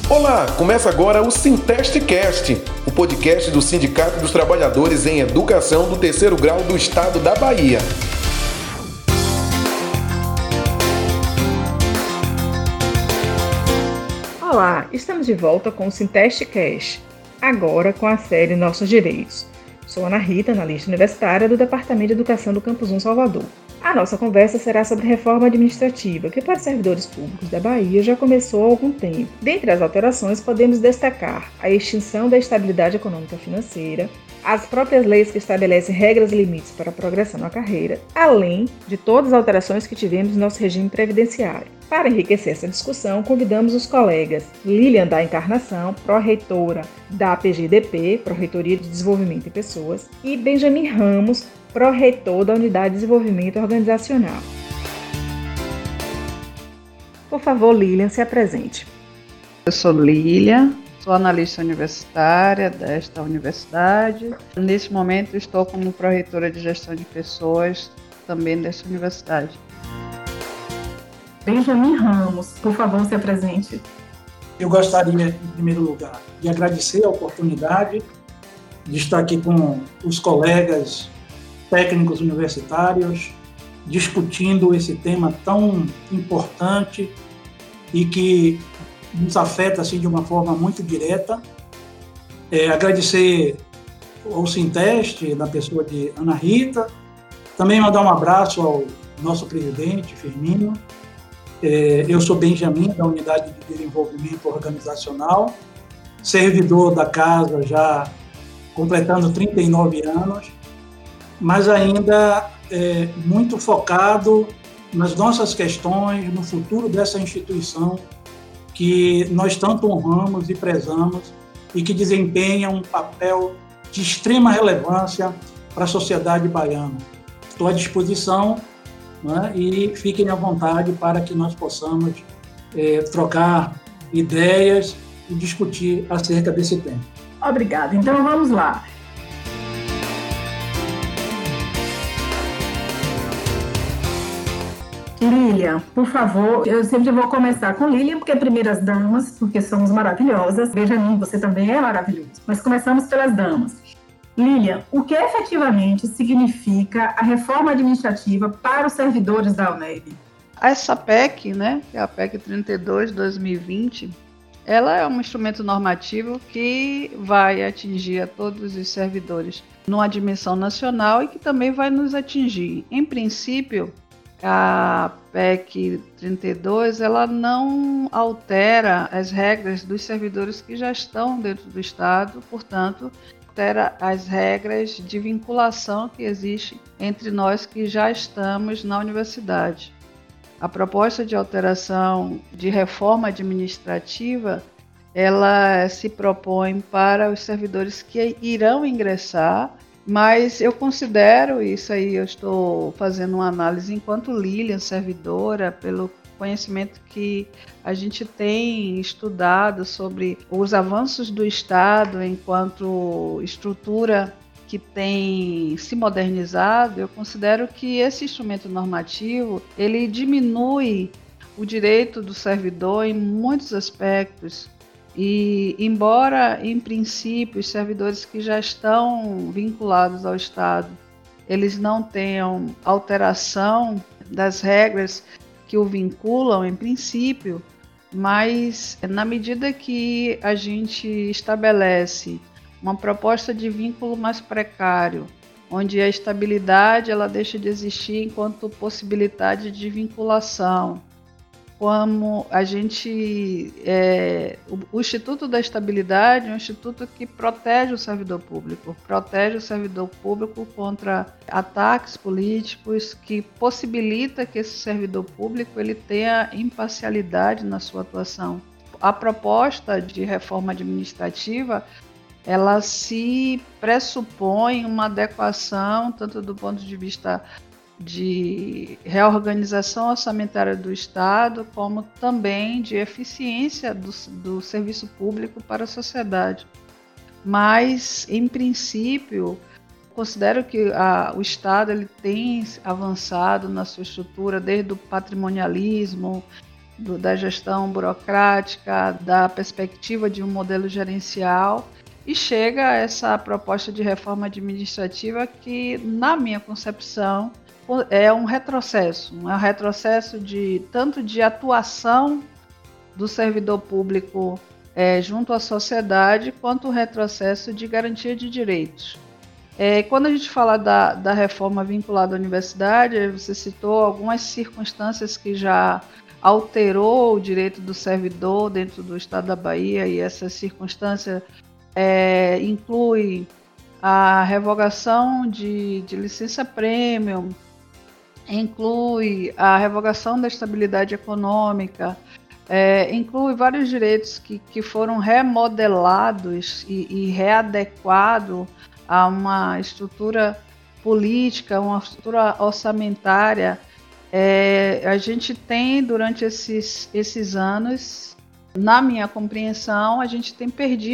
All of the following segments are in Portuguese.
Olá, começa agora o Sinteste-Cast, o podcast do Sindicato dos Trabalhadores em Educação do Terceiro Grau do Estado da Bahia. Olá, estamos de volta com o Sinteste-Cast, agora com a série Nossos Direitos. Sou Ana Rita, analista universitária do Departamento de Educação do Campus 1 Salvador. A nossa conversa será sobre reforma administrativa, que para os servidores públicos da Bahia já começou há algum tempo. Dentre as alterações, podemos destacar a extinção da estabilidade econômica e financeira, as próprias leis que estabelecem regras e limites para a progressão na carreira, além de todas as alterações que tivemos no nosso regime previdenciário. Para enriquecer essa discussão, convidamos os colegas Lilian da Encarnação, pró-reitora da PGDP, Pró-Reitoria de Desenvolvimento de Pessoas, e Benjamin Ramos, pró-reitor da Unidade de Desenvolvimento Organizacional. Por favor, Lilian, se apresente. Eu sou Lilian, sou analista universitária desta universidade. Neste momento estou como pró-reitora de Gestão de Pessoas também desta universidade. Benjamin Ramos, por favor, se apresente. Eu gostaria, em primeiro lugar, de agradecer a oportunidade de estar aqui com os colegas técnicos universitários, discutindo esse tema tão importante e que nos afeta assim, de uma forma muito direta. Agradecer ao Sinteste, na pessoa de Ana Rita, também mandar um abraço ao nosso presidente, Firmino. Eu sou Benjamin, da Unidade de Desenvolvimento Organizacional, servidor da casa já completando 39 anos, mas ainda muito focado nas nossas questões, no futuro dessa instituição que nós tanto honramos e prezamos e que desempenha um papel de extrema relevância para a sociedade baiana. Estou à disposição, né, e fiquem à vontade para que nós possamos trocar ideias e discutir acerca desse tema. Obrigada. Então vamos lá. Lilian, por favor, eu sempre vou começar com Lilian, porque é primeiras damas, porque somos maravilhosas. Benjamin, você também é maravilhoso. Mas começamos pelas damas. Lilian, o que efetivamente significa a reforma administrativa para os servidores da UNEB? Essa PEC, né, que é a PEC 32 de 2020, ela é um instrumento normativo que vai atingir a todos os servidores numa dimensão nacional e que também vai nos atingir. Em princípio, a PEC 32 ela não altera as regras dos servidores que já estão dentro do Estado, portanto, altera as regras de vinculação que existe entre nós que já estamos na universidade. A proposta de alteração de reforma administrativa, ela se propõe para os servidores que irão ingressar, mas eu considero, isso aí eu estou fazendo uma análise enquanto Lilian, servidora, pelo conhecimento que a gente tem estudado sobre os avanços do Estado enquanto estrutura que tem se modernizado, eu considero que esse instrumento normativo, ele diminui o direito do servidor em muitos aspectos. E, embora, em princípio, os servidores que já estão vinculados ao Estado, eles não tenham alteração das regras que o vinculam, em princípio, mas na medida que a gente estabelece uma proposta de vínculo mais precário, onde a estabilidade ela deixa de existir enquanto possibilidade de vinculação, como a gente, o Instituto da Estabilidade é um instituto que protege o servidor público contra ataques políticos, que possibilita que esse servidor público ele tenha imparcialidade na sua atuação. A proposta de reforma administrativa ela se pressupõe uma adequação, tanto do ponto de vista de reorganização orçamentária do Estado, como também de eficiência do serviço público para a sociedade. Mas, em princípio, considero que o Estado ele tem avançado na sua estrutura, desde o patrimonialismo, da gestão burocrática, da perspectiva de um modelo gerencial, e chega a essa proposta de reforma administrativa que, na minha concepção, é um retrocesso tanto de atuação do servidor público junto à sociedade, quanto um retrocesso de garantia de direitos. Quando a gente fala da reforma vinculada à universidade, você citou algumas circunstâncias que já alterou o direito do servidor dentro do Estado da Bahia, e essa circunstância inclui a revogação de licença premium, inclui a revogação da estabilidade econômica, inclui vários direitos que foram remodelados e readequados a uma estrutura política, uma estrutura orçamentária. A gente tem, durante esses anos, na minha compreensão, a gente tem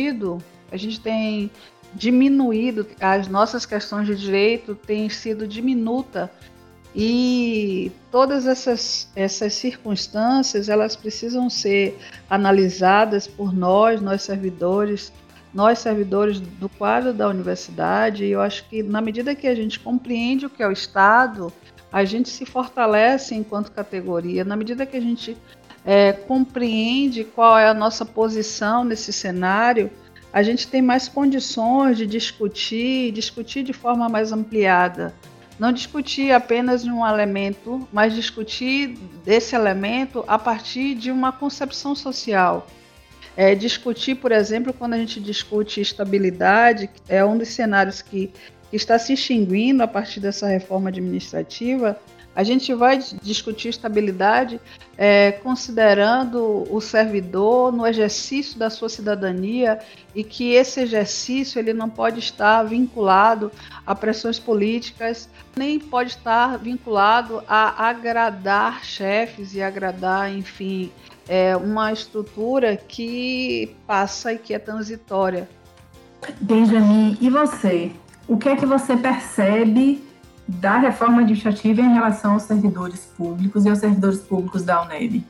diminuído, as nossas questões de direito têm sido diminuta, e todas essas circunstâncias, elas precisam ser analisadas por nós servidores do quadro da universidade. E eu acho que, na medida que a gente compreende o que é o Estado, a gente se fortalece enquanto categoria. Na medida que a gente compreende qual é a nossa posição nesse cenário, a gente tem mais condições de discutir de forma mais ampliada. Não discutir apenas de um elemento, mas discutir desse elemento a partir de uma concepção social. Discutir, por exemplo, quando a gente discute estabilidade, é um dos cenários que está se extinguindo a partir dessa reforma administrativa. A gente vai discutir estabilidade considerando o servidor no exercício da sua cidadania, e que esse exercício ele não pode estar vinculado a pressões políticas, nem pode estar vinculado a agradar chefes e agradar, enfim, uma estrutura que passa e que é transitória. Benjamin, e você? O que é que você percebe da reforma administrativa em relação aos servidores públicos e aos servidores públicos da UNEB?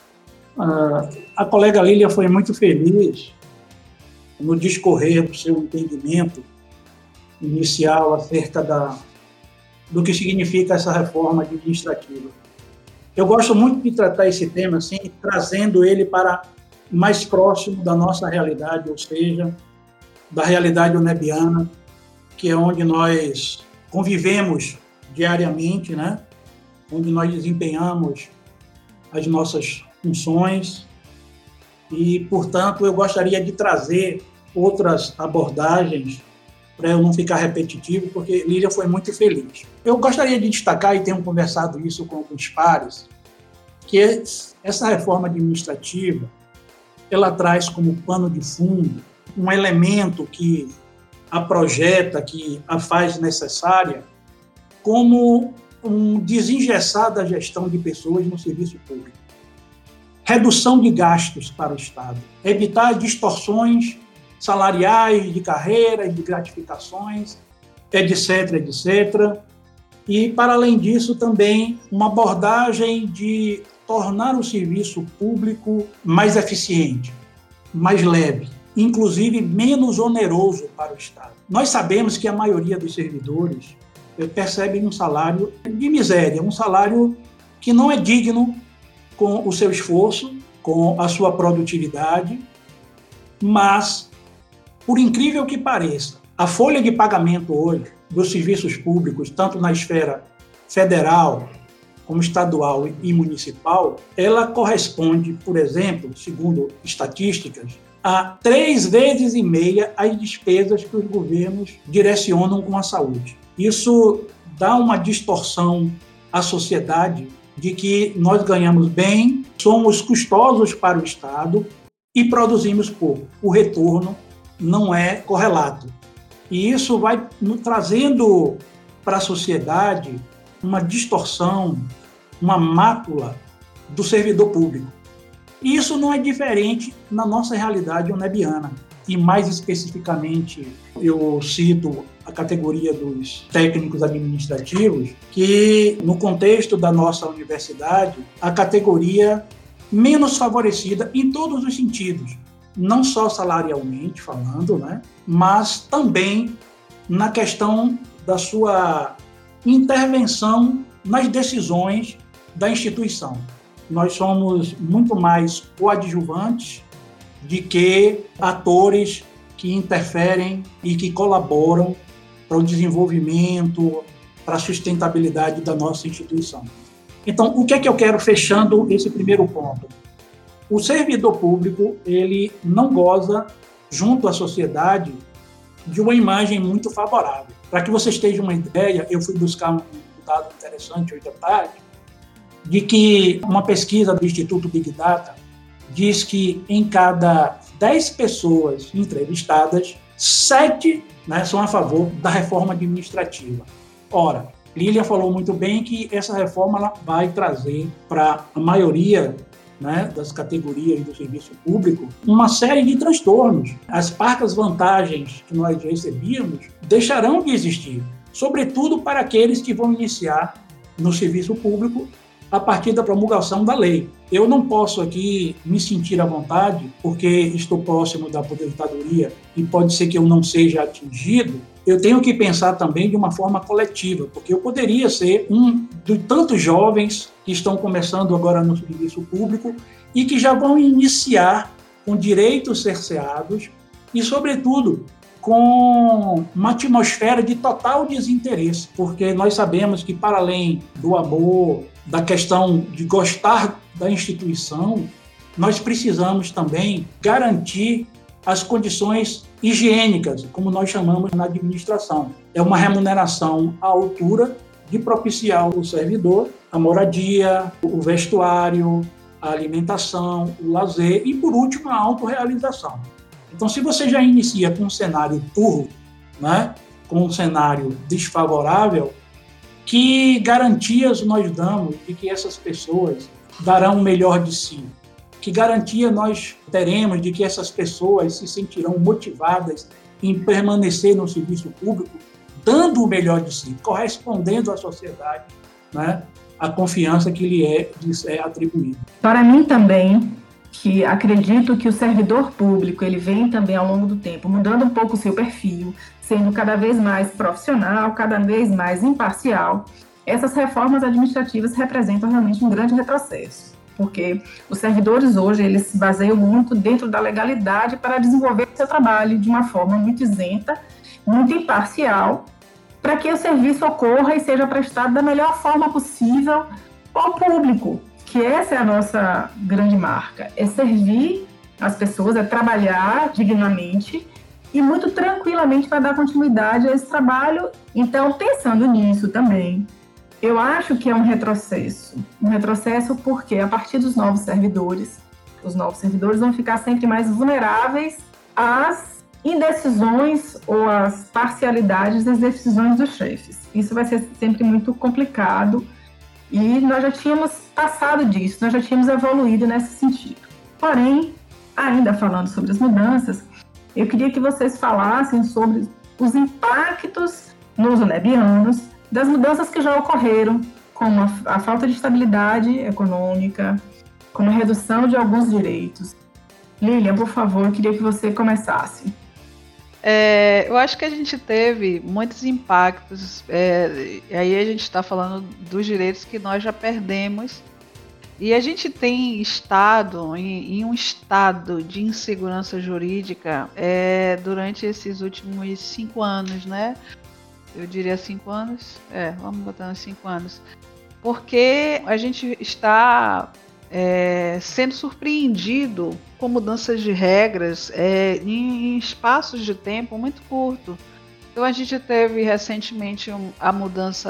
A colega Lília foi muito feliz no discorrer do seu entendimento inicial acerca do que significa essa reforma administrativa. Eu gosto muito de tratar esse tema assim, trazendo ele para mais próximo da nossa realidade, ou seja, da realidade unebiana, que é onde nós convivemos diariamente, né? Onde nós desempenhamos as nossas funções e, portanto, eu gostaria de trazer outras abordagens para eu não ficar repetitivo, porque Lília foi muito feliz. Eu gostaria de destacar, e tenho conversado isso com alguns pares, que essa reforma administrativa, ela traz como pano de fundo um elemento que a projeta, que a faz necessária, como um desengessar da gestão de pessoas no serviço público. Redução de gastos para o Estado, evitar distorções salariais, de carreiras, de gratificações, etc., etc. E, para além disso, também uma abordagem de tornar o serviço público mais eficiente, mais leve, inclusive menos oneroso para o Estado. Nós sabemos que a maioria dos servidores percebem um salário de miséria, um salário que não é digno com o seu esforço, com a sua produtividade, mas, por incrível que pareça, a folha de pagamento hoje dos serviços públicos, tanto na esfera federal como estadual e municipal, ela corresponde, por exemplo, segundo estatísticas, a 3,5 vezes as despesas que os governos direcionam com a saúde. Isso dá uma distorção à sociedade de que nós ganhamos bem, somos custosos para o Estado e produzimos pouco. O retorno não é correlato. E isso vai trazendo para a sociedade uma distorção, uma mácula do servidor público. E isso não é diferente na nossa realidade unebiana. E, mais especificamente, eu cito a categoria dos técnicos administrativos, que, no contexto da nossa universidade, a categoria menos favorecida em todos os sentidos, não só salarialmente falando, né, mas também na questão da sua intervenção nas decisões da instituição. Nós somos muito mais coadjuvantes de que atores que interferem e que colaboram para o desenvolvimento, para a sustentabilidade da nossa instituição. Então, o que é que eu quero fechando esse primeiro ponto? O servidor público, ele não goza, junto à sociedade, de uma imagem muito favorável. Para que vocês tenham uma ideia, eu fui buscar um dado interessante hoje à tarde, de que uma pesquisa do Instituto Big Data diz que em cada 10 pessoas entrevistadas, 7, né, são a favor da reforma administrativa. Ora, Lília falou muito bem que essa reforma ela vai trazer para a maioria, né, das categorias do serviço público uma série de transtornos. As parcas vantagens que nós recebíamos deixarão de existir, sobretudo para aqueles que vão iniciar no serviço público a partir da promulgação da lei. Eu não posso aqui me sentir à vontade, porque estou próximo da aposentadoria e pode ser que eu não seja atingido. Eu tenho que pensar também de uma forma coletiva, porque eu poderia ser um de tantos jovens que estão começando agora no serviço público e que já vão iniciar com direitos cerceados e, sobretudo, com uma atmosfera de total desinteresse, porque nós sabemos que, para além do amor, da questão de gostar da instituição, nós precisamos também garantir as condições higiênicas, como nós chamamos na administração. É uma remuneração à altura de propiciar ao servidor a moradia, o vestuário, a alimentação, o lazer e, por último, a autorrealização. Então, se você já inicia com um cenário turvo, né, com um cenário desfavorável, que garantias nós damos de que essas pessoas darão o melhor de si? Que garantia nós teremos de que essas pessoas se sentirão motivadas em permanecer no serviço público, dando o melhor de si, correspondendo à sociedade, né, a confiança que lhe é atribuída? Para mim também, que acredito que o servidor público ele vem também ao longo do tempo mudando um pouco o seu perfil, sendo cada vez mais profissional, cada vez mais imparcial. Essas reformas administrativas representam realmente um grande retrocesso, porque os servidores hoje eles se baseiam muito dentro da legalidade para desenvolver o seu trabalho de uma forma muito isenta, muito imparcial, para que o serviço ocorra e seja prestado da melhor forma possível ao público, que essa é a nossa grande marca, é servir as pessoas, é trabalhar dignamente e muito tranquilamente para dar continuidade a esse trabalho. Então, pensando nisso também, eu acho que é um retrocesso porque a partir dos novos servidores, os novos servidores vão ficar sempre mais vulneráveis às indecisões ou às parcialidades das decisões dos chefes. Isso vai ser sempre muito complicado e nós já tínhamos passado disso, nós já tínhamos evoluído nesse sentido. Porém, ainda falando sobre as mudanças, eu queria que vocês falassem sobre os impactos nos unebianos das mudanças que já ocorreram, como a falta de estabilidade econômica, como a redução de alguns direitos. Lilian, por favor, eu queria que você começasse. Eu acho que a gente teve muitos impactos, e aí a gente está falando dos direitos que nós já perdemos, e a gente tem estado em um estado de insegurança jurídica durante esses últimos 5 anos, né? Eu diria 5 anos, vamos botar uns 5 anos, porque a gente está sendo surpreendido com mudanças de regras em espaços de tempo muito curto. Então a gente teve recentemente a mudança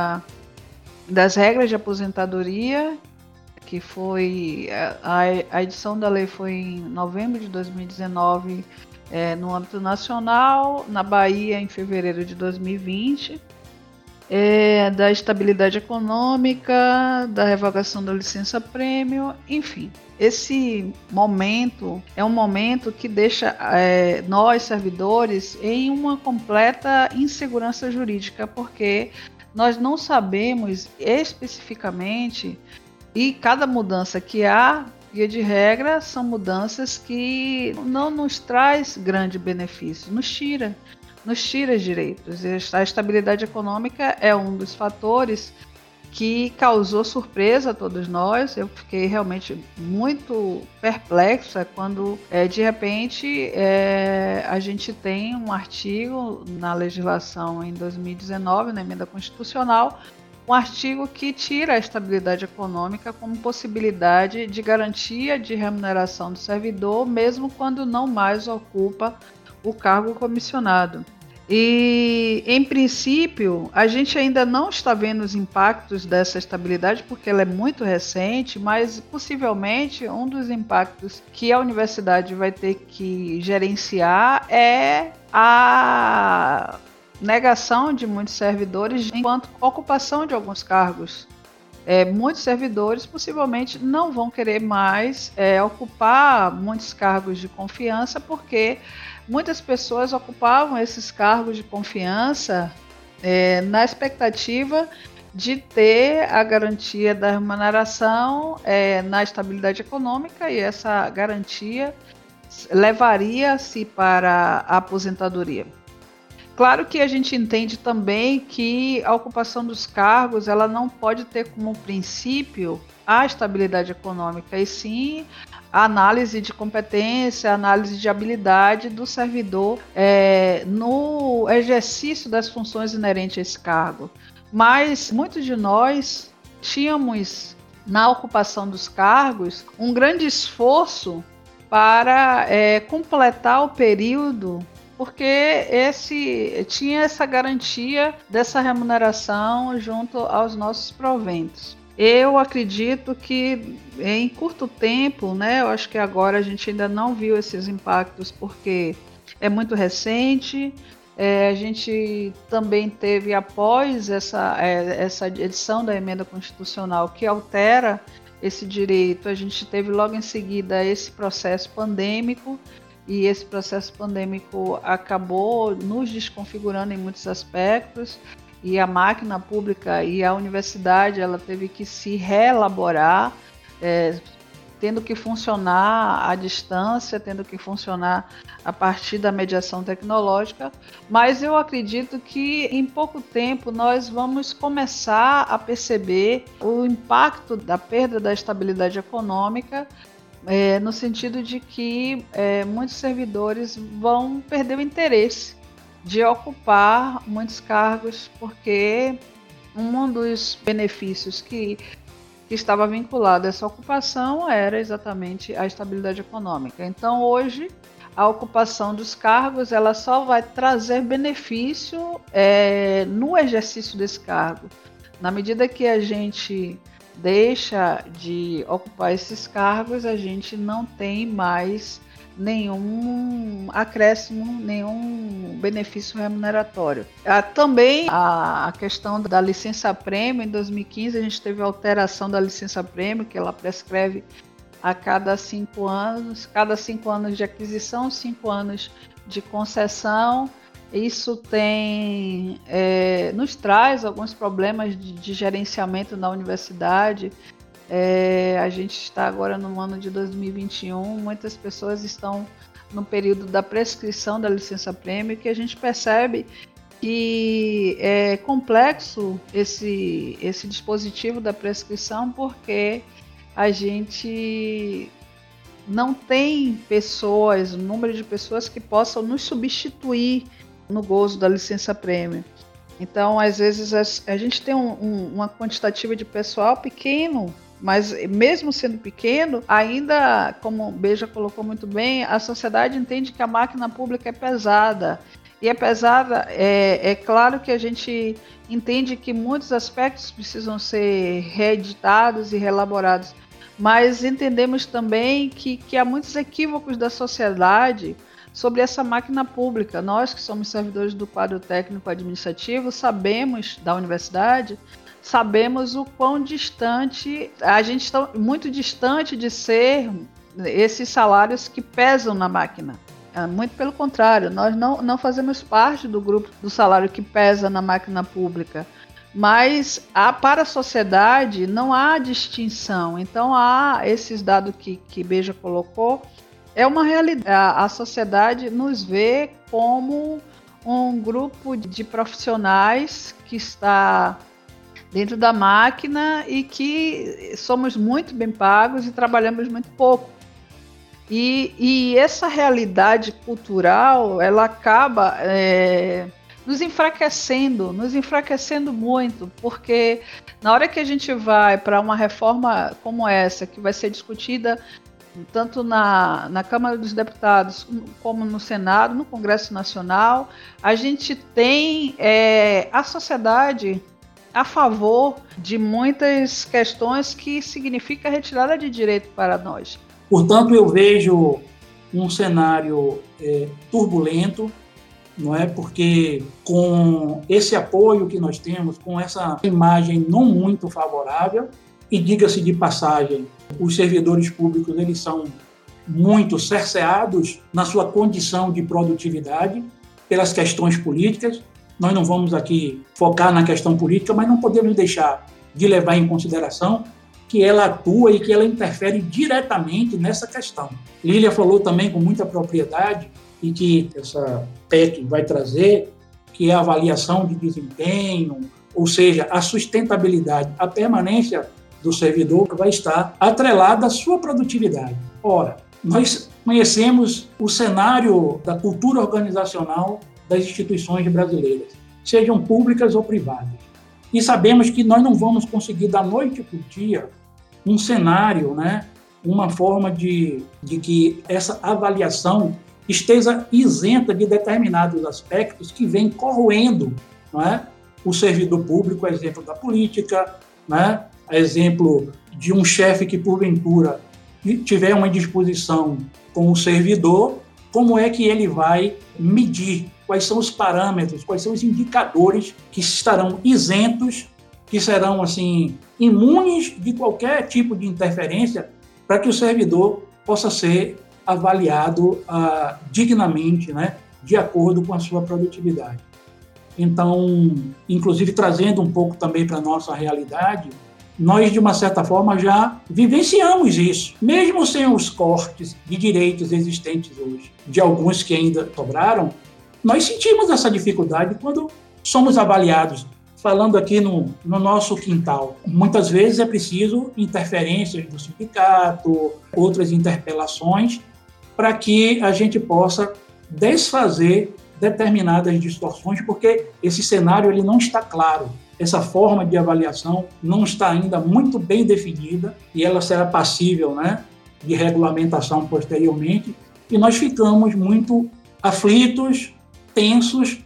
das regras de aposentadoria, que foi a edição da lei foi em novembro de 2019 no âmbito nacional, na Bahia em fevereiro de 2020. Da estabilidade econômica, da revogação da licença-prêmio, enfim. Esse momento é um momento que deixa nós, servidores, em uma completa insegurança jurídica, porque nós não sabemos especificamente, e cada mudança que há via de regra, são mudanças que não nos traz grande benefício, nos tira direitos. A estabilidade econômica é um dos fatores que causou surpresa a todos nós. Eu fiquei realmente muito perplexa quando, de repente, a gente tem um artigo na legislação em 2019, na emenda constitucional, um artigo que tira a estabilidade econômica como possibilidade de garantia de remuneração do servidor, mesmo quando não mais ocupa o cargo comissionado. E, em princípio, a gente ainda não está vendo os impactos dessa estabilidade, porque ela é muito recente, mas possivelmente um dos impactos que a universidade vai ter que gerenciar é a negação de muitos servidores enquanto ocupação de alguns cargos. Muitos servidores possivelmente não vão querer mais ocupar muitos cargos de confiança, porque muitas pessoas ocupavam esses cargos de confiança na expectativa de ter a garantia da remuneração na estabilidade econômica, e essa garantia levaria-se para a aposentadoria. Claro que a gente entende também que a ocupação dos cargos ela não pode ter como princípio a estabilidade econômica, e sim a análise de competência, a análise de habilidade do servidor no exercício das funções inerentes a esse cargo. Mas muitos de nós tínhamos na ocupação dos cargos um grande esforço para completar o período, porque tinha essa garantia dessa remuneração junto aos nossos proventos. Eu acredito que em curto tempo, eu acho que agora a gente ainda não viu esses impactos porque é muito recente. A gente também teve, após essa edição da emenda constitucional que altera esse direito, a gente teve logo em seguida esse processo pandêmico, e esse processo pandêmico acabou nos desconfigurando em muitos aspectos, e a máquina pública e a universidade ela teve que se reelaborar, tendo que funcionar à distância, tendo que funcionar a partir da mediação tecnológica. Mas eu acredito que em pouco tempo nós vamos começar a perceber o impacto da perda da estabilidade econômica, no sentido de que muitos servidores vão perder o interesse de ocupar muitos cargos, porque um dos benefícios que estava vinculado a essa ocupação era exatamente a estabilidade econômica. Então, hoje, a ocupação dos cargos ela só vai trazer benefício no exercício desse cargo. Na medida que a gente deixa de ocupar esses cargos, a gente não tem mais nenhum acréscimo, nenhum benefício remuneratório. Também a questão da licença-prêmio, em 2015 a gente teve a alteração da licença-prêmio, que ela prescreve a cada 5 anos, cada 5 anos de aquisição, 5 anos de concessão. Isso nos traz alguns problemas de gerenciamento na universidade. A gente está agora no ano de 2021, muitas pessoas estão no período da prescrição da licença-prêmio, que a gente percebe que é complexo esse dispositivo da prescrição, porque a gente não tem pessoas, o número de pessoas que possam nos substituir no gozo da licença-prêmio. Então, às vezes, a gente tem uma quantitativa de pessoal pequeno, mas mesmo sendo pequeno, ainda, como o Beija colocou muito bem, a sociedade entende que a máquina pública é pesada. E é pesada, é claro que a gente entende que muitos aspectos precisam ser reeditados e reelaborados, mas entendemos também que há muitos equívocos da sociedade sobre essa máquina pública. Nós que somos servidores do quadro técnico administrativo sabemos da universidade, sabemos o quão distante, a gente está muito distante de ser esses salários que pesam na máquina. Muito pelo contrário, nós não fazemos parte do grupo do salário que pesa na máquina pública. mas para a sociedade não há distinção. Então, há esses dados que Beija colocou, é uma realidade. A sociedade nos vê como um grupo de profissionais que está dentro da máquina e que somos muito bem pagos e trabalhamos muito pouco. E essa realidade cultural, ela acaba nos enfraquecendo muito, porque na hora que a gente vai para uma reforma como essa, que vai ser discutida tanto na Câmara dos Deputados como no Senado, no Congresso Nacional, a gente tem a sociedade a favor de muitas questões que significa retirada de direito para nós. Portanto, eu vejo um cenário turbulento, não é? Porque com esse apoio que nós temos, com essa imagem não muito favorável, e diga-se de passagem, os servidores públicos eles são muito cerceados na sua condição de produtividade pelas questões políticas. Nós não vamos aqui focar na questão política, mas não podemos deixar de levar em consideração que ela atua e que ela interfere diretamente nessa questão. Lília falou também com muita propriedade e que essa PEC vai trazer, que é a avaliação de desempenho, ou seja, a sustentabilidade, a permanência do servidor vai estar atrelada à sua produtividade. Ora, nós conhecemos o cenário da cultura organizacional das instituições brasileiras, sejam públicas ou privadas. E sabemos que nós não vamos conseguir, da noite para o dia, um cenário, né, uma forma de que essa avaliação esteja isenta de determinados aspectos que vêm corroendo, não é, o servidor público, a exemplo da política, né, a exemplo de um chefe que, porventura, tiver uma indisposição com o servidor, como é que ele vai medir? Quais são os parâmetros, quais são os indicadores que estarão isentos, que serão, assim, imunes de qualquer tipo de interferência para que o servidor possa ser avaliado dignamente, né, de acordo com a sua produtividade. Então, inclusive trazendo um pouco também para a nossa realidade, nós, de uma certa forma, já vivenciamos isso, mesmo sem os cortes de direitos existentes hoje, de alguns que ainda sobraram, nós sentimos essa dificuldade quando somos avaliados, falando aqui no nosso quintal. Muitas vezes é preciso interferências do sindicato, outras interpelações, para que a gente possa desfazer determinadas distorções, porque esse cenário ele não está claro. Essa forma de avaliação não está ainda muito bem definida e ela será passível, né, de regulamentação posteriormente, e nós ficamos muito aflitos, tensos,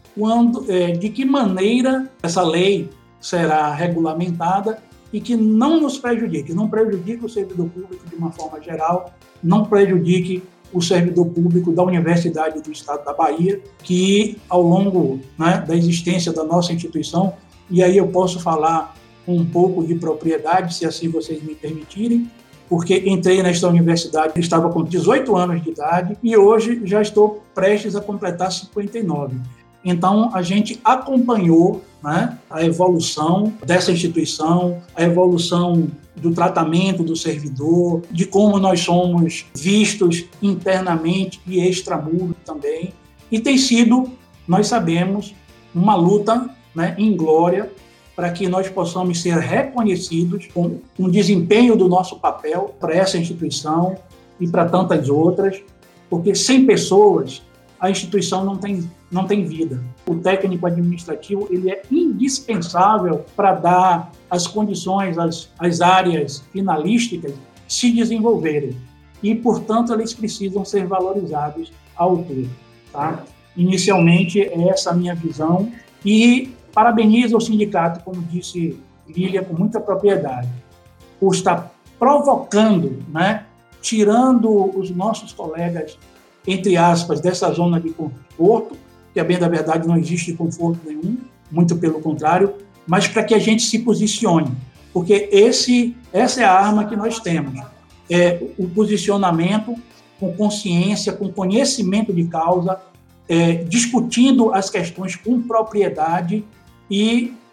de que maneira essa lei será regulamentada e que não nos prejudique, não prejudique o servidor público de uma forma geral, não prejudique o servidor público da Universidade do Estado da Bahia, que ao longo, né, da existência da nossa instituição, e aí eu posso falar um pouco de propriedade, se assim vocês me permitirem, porque entrei nesta universidade, estava com 18 anos de idade e hoje já estou prestes a completar 59. Então, a gente acompanhou, né, a evolução dessa instituição, a evolução do tratamento do servidor, de como nós somos vistos internamente e extramuros também. E tem sido, nós sabemos, uma luta, né, em glória, para que nós possamos ser reconhecidos com um desempenho do nosso papel para essa instituição e para tantas outras, porque sem pessoas a instituição não tem vida. O técnico administrativo ele é indispensável para dar as condições às áreas finalísticas se desenvolverem e, portanto, eles precisam ser valorizados à altura. Tá? Inicialmente, é essa a minha visão e parabenizo o sindicato, como disse Lília, com muita propriedade, por estar provocando, né, tirando os nossos colegas, entre aspas, dessa zona de conforto, que, a bem da verdade, não existe conforto nenhum, muito pelo contrário, mas para que a gente se posicione, porque essa é a arma que nós temos, é o posicionamento com consciência, com conhecimento de causa, discutindo as questões com propriedade e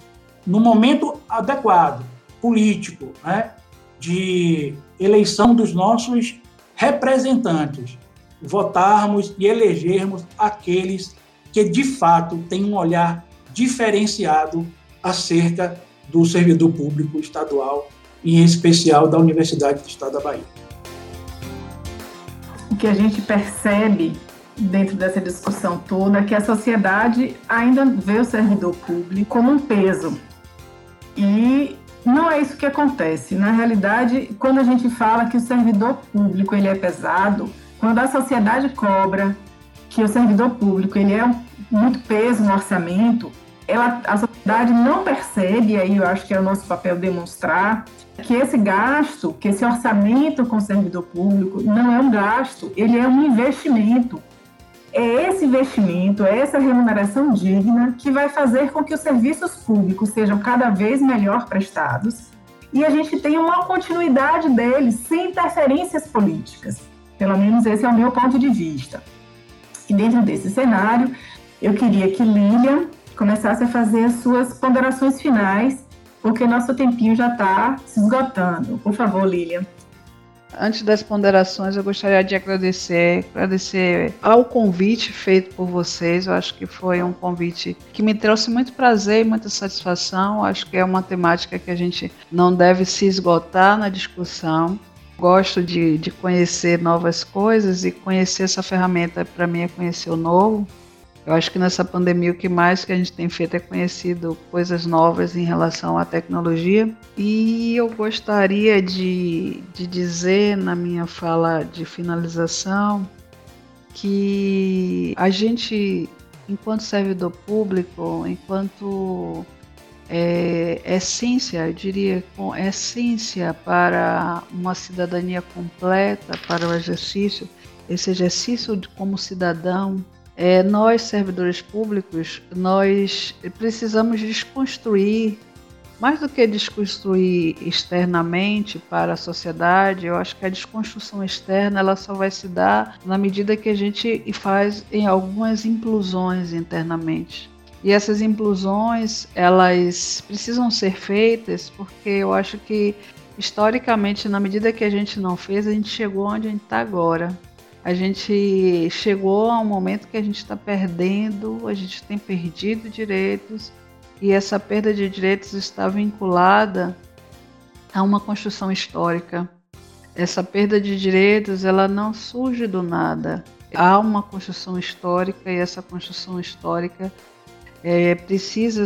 no momento adequado, político, né, de eleição dos nossos representantes, votarmos e elegermos aqueles que, de fato, têm um olhar diferenciado acerca do servidor público estadual, e em especial da Universidade do Estado da Bahia. O que a gente percebe dentro dessa discussão toda é que a sociedade ainda vê o servidor público como um peso. E não é isso que acontece. Na realidade, quando a gente fala que o servidor público ele é pesado, quando a sociedade cobra que o servidor público ele é muito peso no orçamento, a sociedade não percebe, e aí eu acho que é o nosso papel demonstrar, que esse gasto, que esse orçamento com o servidor público não é um gasto, ele é um investimento. É esse investimento, é essa remuneração digna que vai fazer com que os serviços públicos sejam cada vez melhor prestados e a gente tenha uma continuidade deles sem interferências políticas. Pelo menos esse é o meu ponto de vista. E dentro desse cenário, eu queria que Lilian começasse a fazer as suas ponderações finais, porque nosso tempinho já está se esgotando. Por favor, Lilian. Antes das ponderações, eu gostaria de agradecer ao convite feito por vocês. Eu acho que foi um convite que me trouxe muito prazer e muita satisfação. Acho que é uma temática que a gente não deve se esgotar na discussão. Gosto de conhecer novas coisas, e conhecer essa ferramenta, para mim, é conhecer o novo. Eu acho que nessa pandemia o que mais que a gente tem feito é conhecido coisas novas em relação à tecnologia. E eu gostaria de dizer na minha fala de finalização que a gente, enquanto servidor público, enquanto essência, eu diria, com essência para uma cidadania completa, para o exercício, esse exercício como cidadão, nós, servidores públicos, nós precisamos desconstruir, mais do que desconstruir externamente para a sociedade. Eu acho que a desconstrução externa ela só vai se dar na medida que a gente faz em algumas implosões internamente. E essas implosões, elas precisam ser feitas porque eu acho que, historicamente, na medida que a gente não fez, a gente chegou onde a gente está agora. A gente chegou a um momento que a gente está perdendo, a gente tem perdido direitos, e essa perda de direitos está vinculada a uma construção histórica. Essa perda de direitos, ela não surge do nada. Há uma construção histórica, e essa construção histórica precisa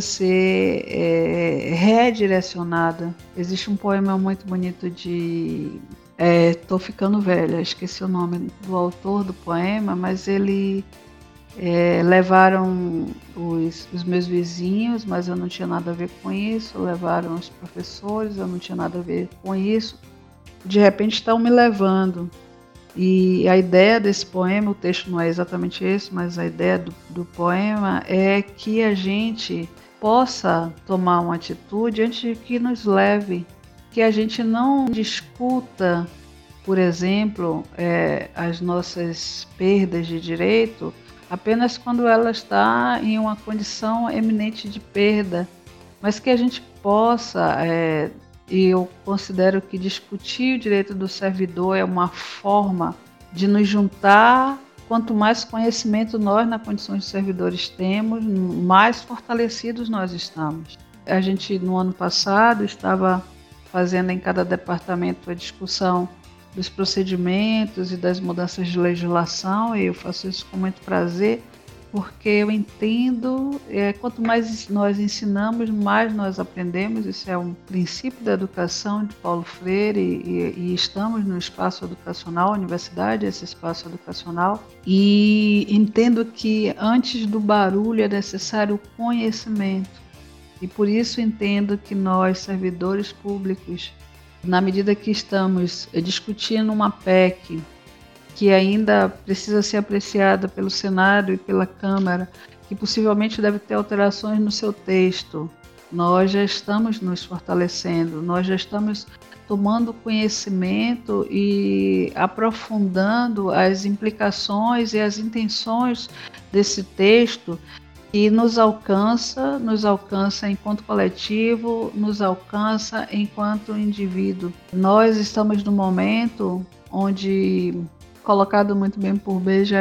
ser redirecionada. Existe um poema muito bonito de... Tô ficando velha, esqueci o nome do autor do poema, mas ele levaram os meus vizinhos, mas eu não tinha nada a ver com isso, levaram os professores, eu não tinha nada a ver com isso, de repente estão me levando. E a ideia desse poema, o texto não é exatamente esse, mas a ideia do poema é que a gente possa tomar uma atitude antes de que nos leve, que a gente não discuta, por exemplo, as nossas perdas de direito apenas quando ela está em uma condição eminente de perda, mas que a gente possa, e eu considero que discutir o direito do servidor é uma forma de nos juntar. Quanto mais conhecimento nós na condição de servidores temos, mais fortalecidos nós estamos. A gente, no ano passado, estava fazendo em cada departamento a discussão dos procedimentos e das mudanças de legislação, e eu faço isso com muito prazer, porque eu entendo, quanto mais nós ensinamos, mais nós aprendemos. Isso é um princípio da educação de Paulo Freire, e estamos no espaço educacional, a universidade é esse espaço educacional, e entendo que antes do barulho é necessário o conhecimento, e por isso entendo que nós, servidores públicos, na medida que estamos discutindo uma PEC que ainda precisa ser apreciada pelo Senado e pela Câmara, que possivelmente deve ter alterações no seu texto, nós já estamos nos fortalecendo, nós já estamos tomando conhecimento e aprofundando as implicações e as intenções desse texto, que nos alcança enquanto coletivo, nos alcança enquanto indivíduo. Nós estamos num momento onde, colocado muito bem por Beija,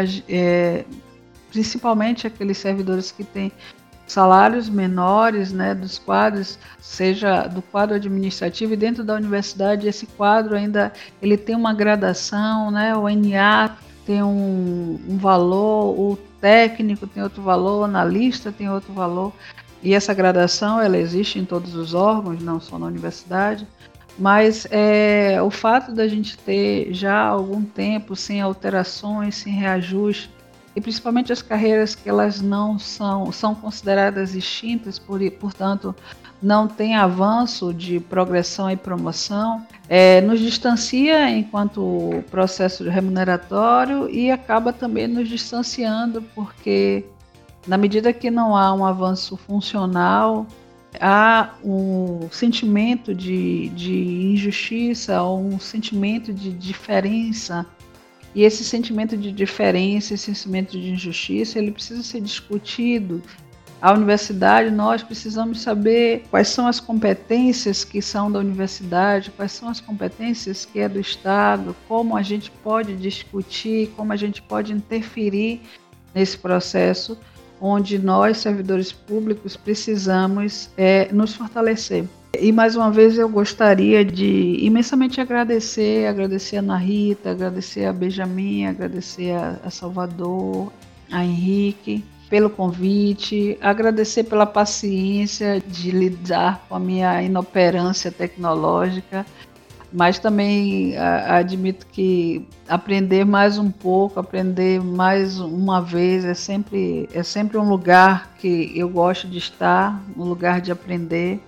principalmente aqueles servidores que têm salários menores, né, dos quadros, seja do quadro administrativo, e dentro da universidade esse quadro ainda ele tem uma gradação, né, o NA tem um valor, o técnico tem outro valor, o analista tem outro valor, e essa gradação ela existe em todos os órgãos, não só na universidade, mas o fato da gente ter já algum tempo sem alterações, sem reajuste, e principalmente as carreiras que elas não são consideradas extintas, portanto, não tem avanço de progressão e promoção, nos distancia enquanto processo remuneratório e acaba também nos distanciando, porque na medida que não há um avanço funcional, há um sentimento de injustiça, um sentimento de diferença. E esse sentimento de diferença, esse sentimento de injustiça, ele precisa ser discutido. A universidade, nós precisamos saber quais são as competências que são da universidade, quais são as competências que é do Estado, como a gente pode discutir, como a gente pode interferir nesse processo, onde nós, servidores públicos, precisamos nos fortalecer. E mais uma vez eu gostaria de imensamente agradecer a Ana Rita, agradecer a Benjamin, agradecer a Salvador, a Henrique pelo convite, agradecer pela paciência de lidar com a minha inoperância tecnológica, mas também admito que aprender mais um pouco, aprender mais uma vez é sempre um lugar que eu gosto de estar, um lugar de aprender.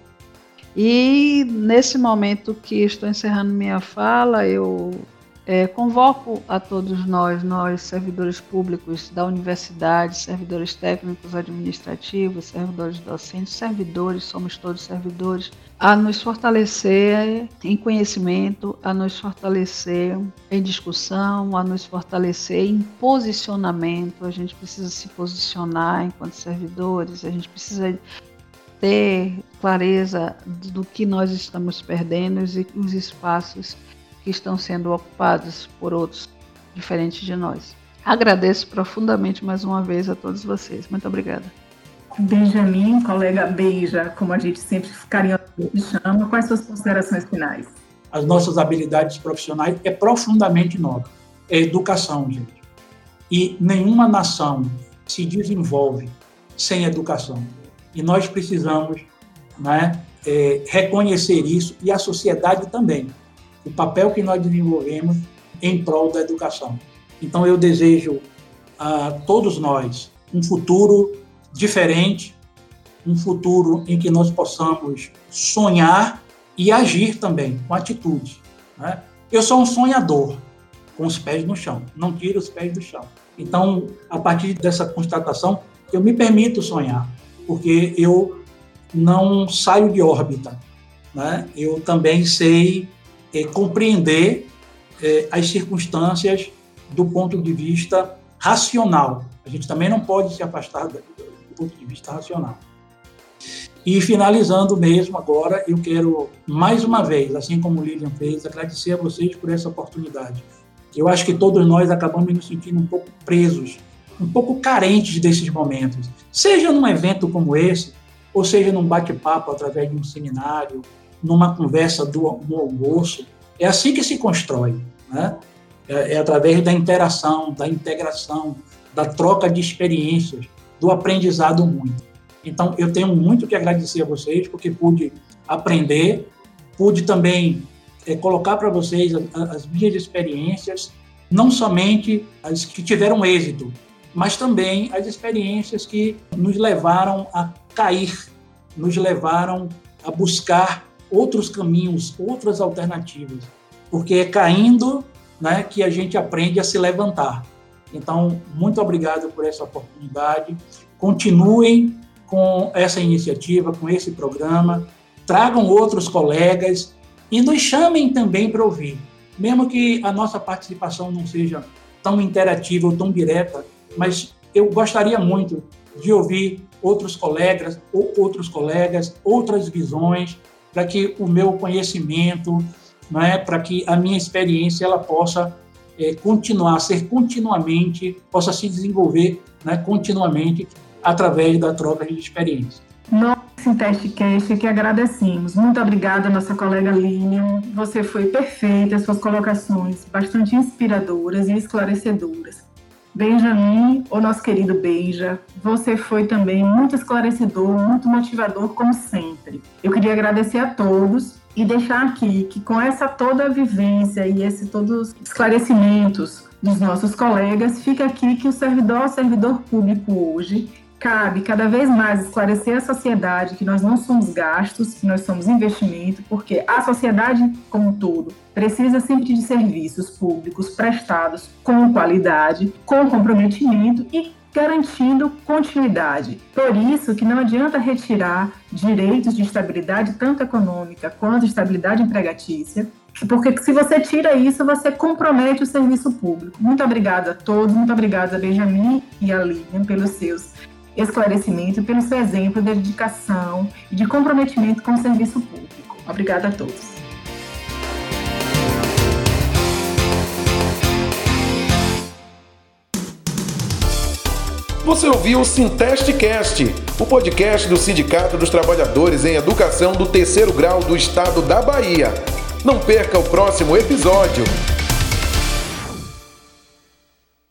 E nesse momento que estou encerrando minha fala, eu convoco a todos nós servidores públicos da universidade, servidores técnicos administrativos, servidores docentes, servidores, somos todos servidores, a nos fortalecer em conhecimento, a nos fortalecer em discussão, a nos fortalecer em posicionamento. A gente precisa se posicionar enquanto servidores, a gente precisa ter clareza do que nós estamos perdendo e os espaços que estão sendo ocupados por outros diferentes de nós. Agradeço profundamente mais uma vez a todos vocês. Muito obrigada. Benjamin, colega Beija, como a gente sempre carinhosamente chama, quais suas considerações finais? As nossas habilidades profissionais é profundamente nova. É educação, gente. E nenhuma nação se desenvolve sem educação. E nós precisamos, né, reconhecer isso, e a sociedade também, o papel que nós desenvolvemos em prol da educação. Então, eu desejo a todos nós um futuro diferente, um futuro em que nós possamos sonhar e agir também, com atitude, né? Eu sou um sonhador, com os pés no chão, não tiro os pés do chão. Então, a partir dessa constatação, eu me permito sonhar, porque eu não saio de órbita, né? Eu também sei compreender as circunstâncias do ponto de vista racional. A gente também não pode se afastar do ponto de vista racional. E, finalizando mesmo agora, eu quero, mais uma vez, assim como o Lilian fez, agradecer a vocês por essa oportunidade. Eu acho que todos nós acabamos nos sentindo um pouco presos, um pouco carentes desses momentos, seja num evento como esse, ou seja num bate-papo através de um seminário, numa conversa no almoço. É assim que se constrói, né? É através da interação, da integração, da troca de experiências, do aprendizado muito. Então, eu tenho muito que agradecer a vocês, porque pude aprender, pude também colocar para vocês as minhas experiências, não somente as que tiveram êxito, mas também as experiências que nos levaram a cair, nos levaram a buscar outros caminhos, outras alternativas, porque é caindo, né, que a gente aprende a se levantar. Então, muito obrigado por essa oportunidade. Continuem com essa iniciativa, com esse programa, tragam outros colegas e nos chamem também para ouvir. Mesmo que a nossa participação não seja tão interativa ou tão direta, mas eu gostaria muito de ouvir outros colegas, outras visões, para que o meu conhecimento, para que a minha experiência ela possa possa se desenvolver, continuamente através da troca de experiência. Nós, Sintestcast, que agradecemos. Muito obrigada, nossa colega Lilian. Você foi perfeita, suas colocações bastante inspiradoras e esclarecedoras. Benjamin, o nosso querido Beija, você foi também muito esclarecedor, muito motivador, como sempre. Eu queria agradecer a todos e deixar aqui que com essa toda a vivência e todos os esclarecimentos dos nossos colegas, fica aqui que o servidor público hoje, cabe cada vez mais esclarecer à sociedade que nós não somos gastos, que nós somos investimento, porque a sociedade como um todo precisa sempre de serviços públicos prestados com qualidade, com comprometimento e garantindo continuidade. Por isso que não adianta retirar direitos de estabilidade tanto econômica quanto estabilidade empregatícia, porque se você tira isso, você compromete o serviço público. Muito obrigada a todos, muito obrigada a Benjamin e a Lilian pelos seus esclarecimentos, pelo seu exemplo de dedicação e de comprometimento com o serviço público. Obrigada a todos. Você ouviu o Sintestcast, o podcast do Sindicato dos Trabalhadores em Educação do Terceiro Grau do Estado da Bahia. Não perca o próximo episódio.